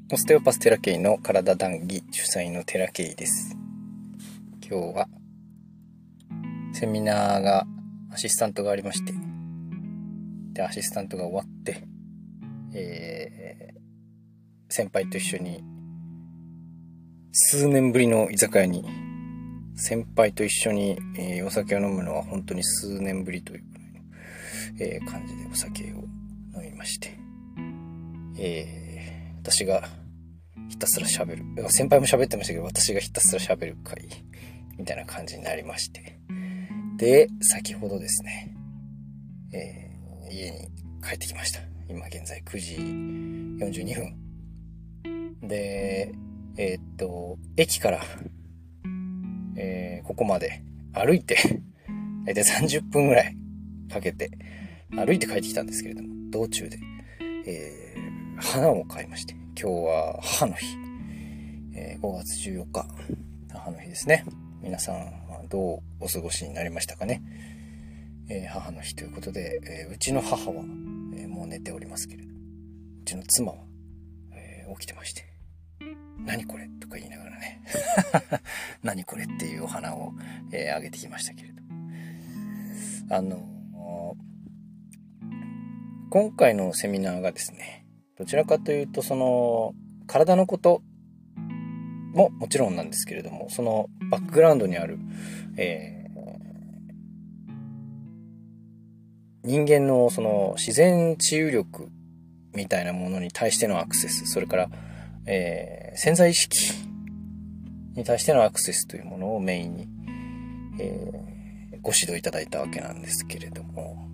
オステオパステラケイの体談義主催のテラケイです。今日はセミナーがアシスタントがありまして、でアシスタントが終わって、先輩と一緒に数年ぶりの居酒屋に、先輩と一緒に、お酒を飲むのは本当に数年ぶりというくらいの、感じでお酒を飲みまして、私がひたすら喋る、先輩も喋ってましたけど、私がひたすら喋る会みたいな感じになりまして、で先ほどですね、家に帰ってきました。今現在9時42分で、駅から、ここまで歩いて大体30分ぐらいかけて歩いて帰ってきたんですけれども、道中で、花を買いまして、今日は母の日、5月14日母の日ですね。皆さんはどうお過ごしになりましたかね。母の日ということで、うちの母は、もう寝ておりますけれど、うちの妻は、起きてまして、何これとか言いながらね何これっていうお花を、あげてきましたけれど、今回のセミナーがですね、どちらかというとその体のことももちろんなんですけれども、そのバックグラウンドにある、人間のその自然治癒力みたいなものに対してのアクセス、それから、潜在意識に対してのアクセスというものをメインに、ご指導いただいたわけなんですけれども、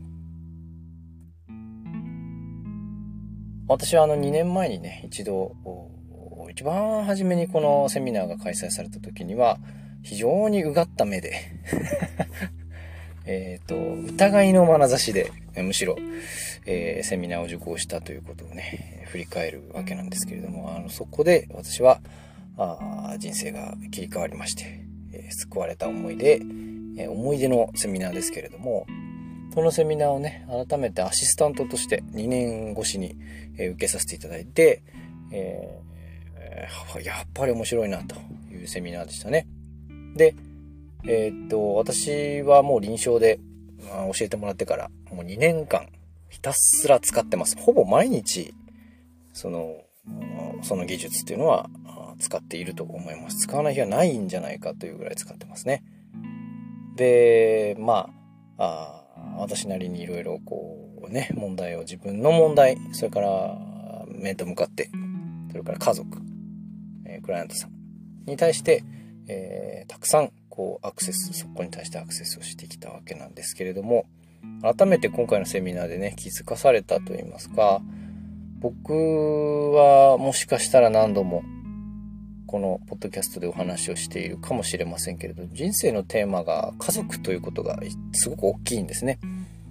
私は2年前にね、一番初めにこのセミナーが開催された時には非常にうがった目で疑いの眼差しでむしろ、セミナーを受講したということをね、振り返るわけなんですけれども、そこで私は人生が切り替わりまして、救われた思い出のセミナーですけれども、このセミナーをね、改めてアシスタントとして2年越しに、受けさせていただいて、やっぱり面白いなというセミナーでしたね。で、私はもう臨床で、教えてもらってからもう2年間ひたすら使ってます。ほぼ毎日その技術っていうのは使っていると思います。使わない日はないんじゃないかというぐらい使ってますね。で、私なりにいろいろこうね、自分の問題、それから面と向かって、それから家族、クライアントさんに対して、たくさんこうそこに対してアクセスをしてきたわけなんですけれども、改めて今回のセミナーでね、気づかされたといいますか、僕はもしかしたら何度もこのポッドキャストでお話をしているかもしれませんけれど、人生のテーマが家族ということがすごく大きいんですね。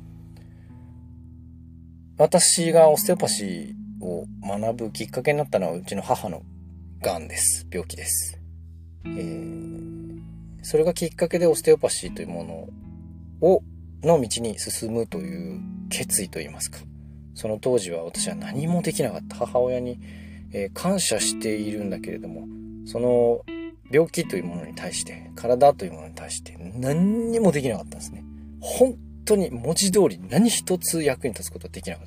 私がオステオパシーを学ぶきっかけになったのは、うちの母の病気です。それがきっかけでオステオパシーというものの道に進むという決意といいますか、その当時は私は何もできなかった。母親に、感謝しているんだけれども、その病気というものに対して、体というものに対して何にもできなかったんですね。本当に文字通り何一つ役に立つことはできなかった。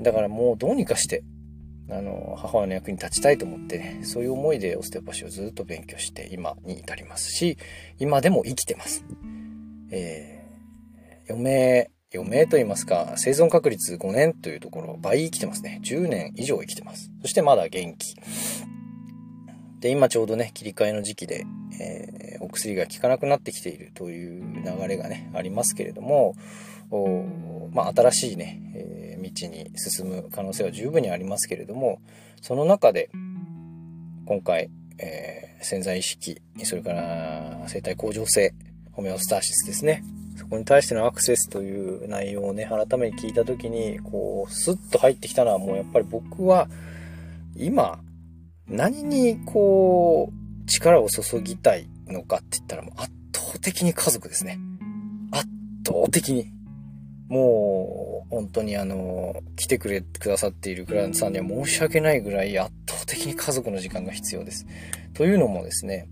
だからもうどうにかして母親の役に立ちたいと思ってね、そういう思いでオステオパシーをずっと勉強して今に至りますし、今でも生きてます。余命と言いますか、生存確率5年というところ、倍生きてますね。10年以上生きてます。そしてまだ元気で、今ちょうどね、切り替えの時期で、お薬が効かなくなってきているという流れがね、ありますけれども、新しいね、道に進む可能性は十分にありますけれども、その中で今回、潜在意識、それから生体向上性、ホメオスターシスですね、そこに対してのアクセスという内容をね、改めて聞いた時にこうスッと入ってきたのは、もうやっぱり僕は今何にこう力を注ぎたいのかって言ったら、もう圧倒的に家族ですね。圧倒的にもう、本当に来てくださっているクライアントさんには申し訳ないぐらい圧倒的に家族の時間が必要です。というのもですね、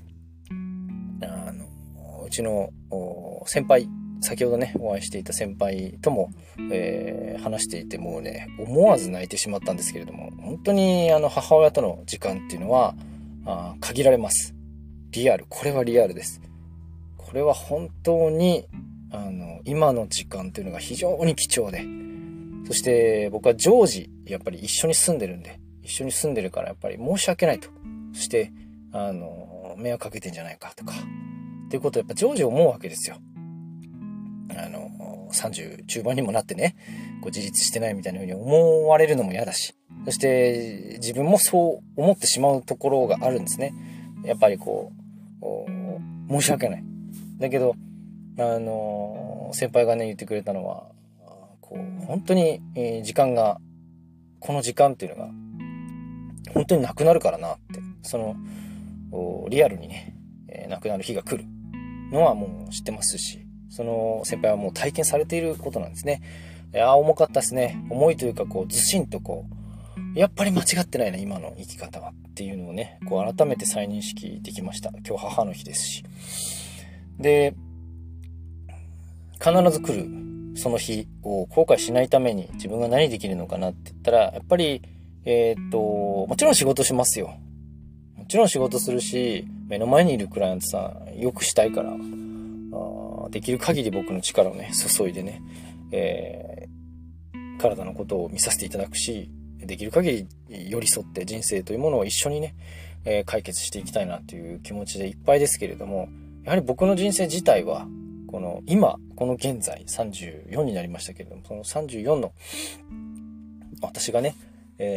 うちの先輩、先ほどね、お会いしていた先輩とも、話していて、もうね、思わず泣いてしまったんですけれども、本当に母親との時間っていうのは、限られます。リアル。これはリアルです。これは本当に、今の時間っていうのが非常に貴重で、そして僕は常時、やっぱり一緒に住んでるんで、一緒に住んでるからやっぱり申し訳ないと。そして、迷惑かけてんじゃないかとか、っていうことをやっぱ常時思うわけですよ。30中盤にもなってね、こう自立してないみたいな風に思われるのも嫌だし、そして自分もそう思ってしまうところがあるんですね。やっぱりこう、申し訳ない。だけど、先輩がね、言ってくれたのは、こう、本当に、この時間っていうのが、本当になくなるからなって、リアルにね、なくなる日が来るのはもう知ってますし、その先輩はもう体験されていることなんですね。重かったですね。重いというか、こう、ずしんとこう、やっぱり間違ってないな、今の生き方はっていうのをね、こう改めて再認識できました。今日母の日ですし。で、必ず来るその日を後悔しないために自分が何できるのかなって言ったら、やっぱり、もちろん仕事しますよ。もちろん仕事するし、目の前にいるクライアントさん、よくしたいから、できる限り僕の力をね、注いでね、体のことを見させていただくし、できる限り寄り添って人生というものを一緒にね、解決していきたいなという気持ちでいっぱいですけれども、やはり僕の人生自体は、今、この現在34になりましたけれども、その34の私がね、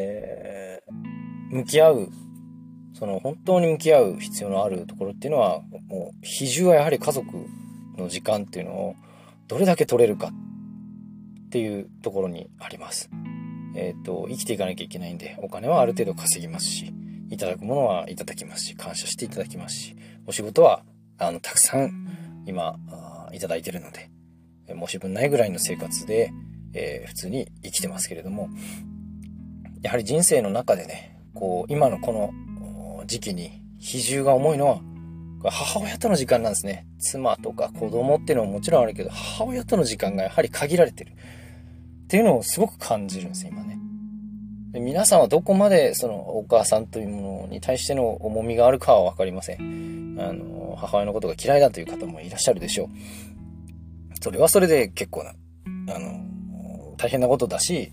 向き合う、本当に向き合う必要のあるところっていうのは、もう比重はやはり家族の時間っていうのをどれだけ取れるかっていうところにあります。生きていかなきゃいけないんで、お金はある程度稼ぎますし、いただくものはいただきますし、感謝していただきますし、お仕事はたくさん今いただいてるので、申し分ないぐらいの生活で、普通に生きてますけれども、やはり人生の中でね、こう今のこの時期に比重が重いのは母親との時間なんですね。妻とか子供っていうのももちろんあるけど、母親との時間がやはり限られてるっていうのをすごく感じるんですよ、今ね。で、皆さんはどこまでそのお母さんというものに対しての重みがあるかはわかりません。母親のことが嫌いだという方もいらっしゃるでしょう。それはそれで結構な、大変なことだし、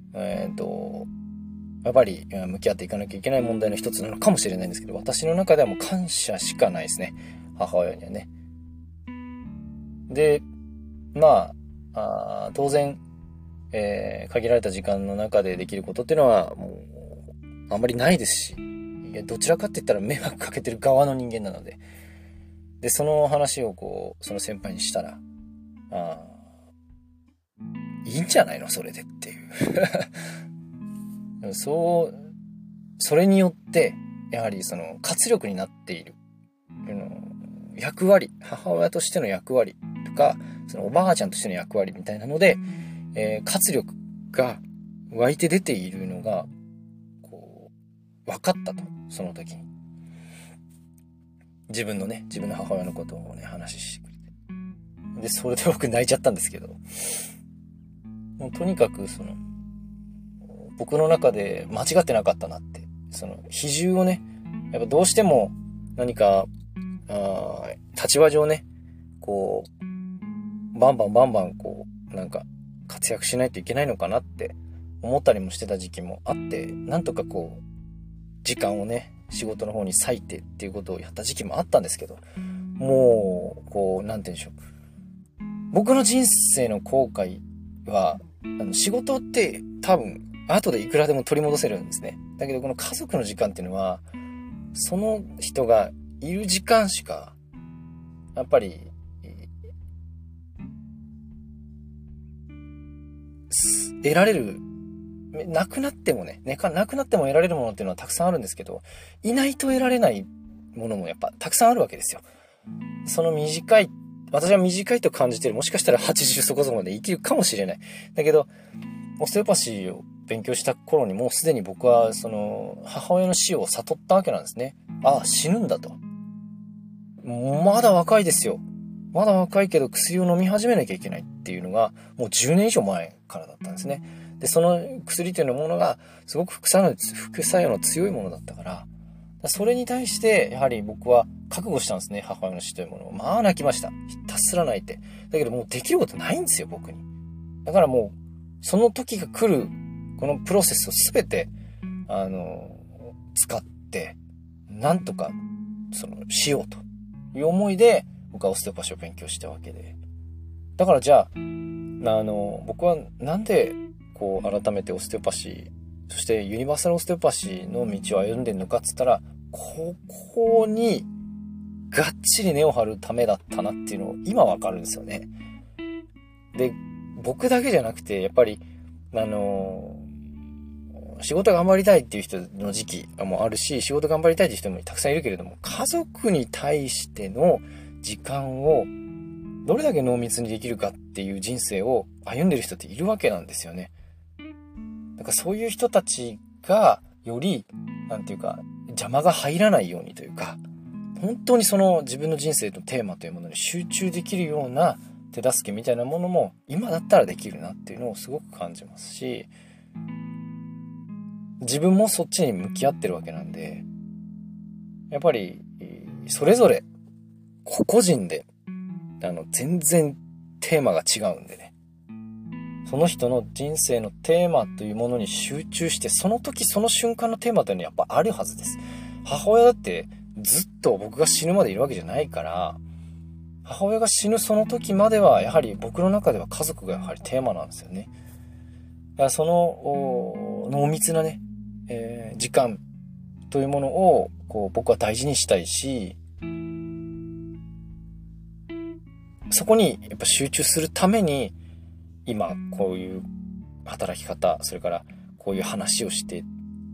やっぱり向き合っていかなきゃいけない問題の一つなのかもしれないんですけど、私の中ではもう感謝しかないですね。母親にはね。で、当然、限られた時間の中でできることっていうのはもうあんまりないですし、どちらかって言ったら迷惑かけてる側の人間なので、で、その話をその先輩にしたら、いいんじゃないのそれでっていう。それによって、やはりその活力になっている、役割、母親としての役割とか、そのおばあちゃんとしての役割みたいなので、活力が湧いて出ているのが、分かったと、その時に。自分の母親のことをね、話してくれて。で、それで僕泣いちゃったんですけど、もうとにかく僕の中で間違ってなかったなって、比重をね、やっぱどうしても何か、立場上ね、バンバンなんか活躍しないといけないのかなって思ったりもしてた時期もあって、なんとか時間をね、仕事の方に割いてっていうことをやった時期もあったんですけど、もう、なんて言うんでしょう。僕の人生の後悔は、仕事って多分、後でいくらでも取り戻せるんですね。だけどこの家族の時間っていうのは、その人がいる時間しか、やっぱり、得られる、なくなってもね、なくなっても得られるものっていうのはたくさんあるんですけど、いないと得られないものもやっぱたくさんあるわけですよ。その短い私は短いと感じてる。もしかしたら80そこそこまで生きるかもしれない。だけど、オステオパシーを勉強した頃にもうすでに僕はその母親の死を悟ったわけなんですね。ああ、死ぬんだと。まだ若いですよ。まだ若いけど薬を飲み始めなきゃいけないっていうのがもう10年以上前からだったんですね。で、その薬というものがすごく副作用の強いものだったから、それに対してやはり僕は覚悟したんですね。母親の死というものを。まあ泣きました。ひたすら泣いて。だけどもうできることないんですよ、僕に。だからもう、その時が来る、このプロセスをすべて、使って、なんとか、しようという思いで、僕はオステオパシーを勉強したわけで。だからじゃあ、僕はなんで、改めてオステオパシー、そしてユニバーサルオステオパシーの道を歩んでるのかっつったら、ここにがっちり根を張るためだったなっていうのを今わかるんですよね。で、僕だけじゃなくて、やっぱり、仕事頑張りたいっていう人の時期もあるし、仕事頑張りたいっていう人もたくさんいるけれども、家族に対しての時間をどれだけ濃密にできるかっていう人生を歩んでる人っているわけなんですよね。だからそういう人たちがより、なんていうか、邪魔が入らないようにというか、本当にその自分の人生のテーマというものに集中できるような手助けみたいなものも今だったらできるなっていうのをすごく感じますし、自分もそっちに向き合ってるわけなんで、やっぱりそれぞれ個々人で全然テーマが違うんでね、その人の人生のテーマというものに集中して、その時その瞬間のテーマというのはやっぱあるはずです。母親だってずっと僕が死ぬまでいるわけじゃないから、母親が死ぬその時まではやはり僕の中では家族がやはりテーマなんですよね。だからその濃密なね、時間というものを僕は大事にしたいし、そこにやっぱ集中するために今こういう働き方、それからこういう話をして、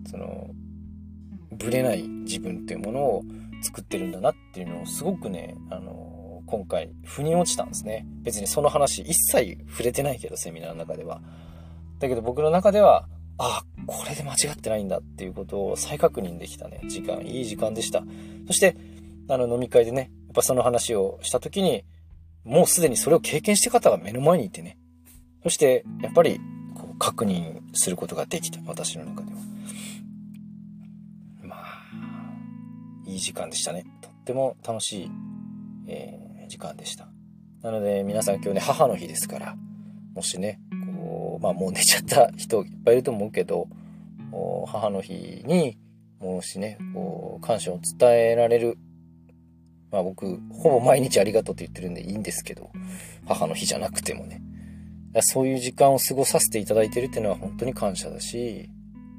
ぶれない自分っていうものを作ってるんだなっていうのをすごくね、今回腑に落ちたんですね。別にその話一切触れてないけど、セミナーの中では。だけど僕の中では、これで間違ってないんだっていうことを再確認できたね、いい時間でした。そして、飲み会でね、やっぱその話をした時に、もうすでにそれを経験してる方が目の前にいてね、そしてやっぱり確認することができた、私の中では。まあ、いい時間でしたね。とっても楽しい、時間でした。なので皆さん今日ね、母の日ですから、もしね、もう寝ちゃった人いっぱいいると思うけど、母の日にもしね、感謝を伝えられる、僕ほぼ毎日ありがとうって言ってるんでいいんですけど、母の日じゃなくてもね、そういう時間を過ごさせていただいてるっていうのは本当に感謝だし、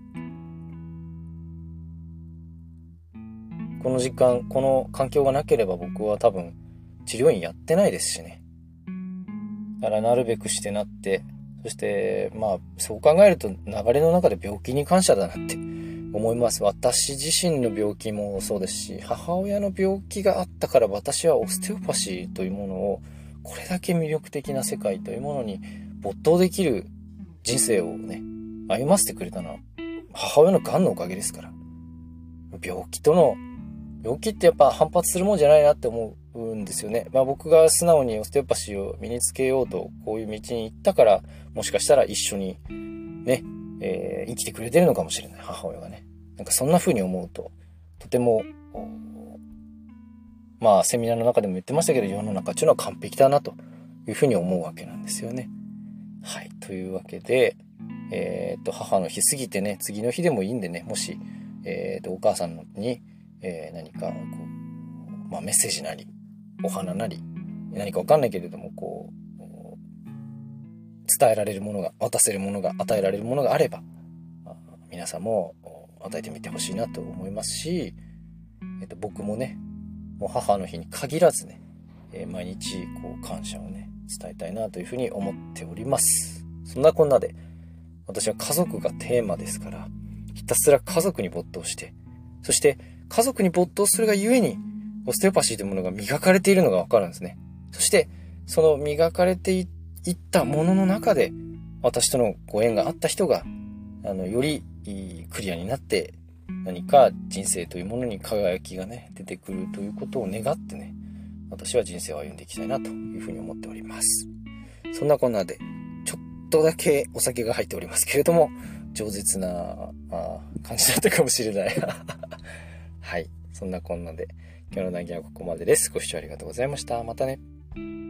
この時間、この環境がなければ僕は多分治療院やってないですしね。だからなるべくしてなって、そしてそう考えると流れの中で病気に感謝だなって思います。私自身の病気もそうですし、母親の病気があったから私はオステオパシーというものを、これだけ魅力的な世界というものに没頭できる人生をね、歩ませてくれたのは母親の癌のおかげですから。病気ってやっぱ反発するもんじゃないなって思うんですよね。僕が素直にオステオパシーを身につけようとこういう道に行ったから、もしかしたら一緒にね、生きてくれてるのかもしれない、母親がね。なんかそんな風に思うと、とてもセミナーの中でも言ってましたけど、世の中っていうのは完璧だなという風に思うわけなんですよね。はい、というわけで、母の日過ぎてね、次の日でもいいんでね、もしお母さんに何かメッセージなりお花なり何かわかんないけれども伝えられるものが、渡せるものが、与えられるものがあれば、皆さんも与えてみてほしいなと思いますし、僕もね、もう母の日に限らずね、毎日感謝をね伝えたいなというふうに思っております。そんなこんなで私は家族がテーマですから、ひたすら家族に没頭して、そして家族に没頭するがゆえにオステオパシーというものが磨かれているのがわかるんですね。 そして、その磨かれていったものの中で、私とのご縁があった人が、よりクリアになって、何か人生というものに輝きがね、出てくるということを願ってね、私は人生を歩んでいきたいなというふうに思っております。そんなこんなで、ちょっとだけお酒が入っておりますけれども、饒舌な感じだったかもしれない。はい。そんなこんなで、今日の談義はここまでです。ご視聴ありがとうございました。またね。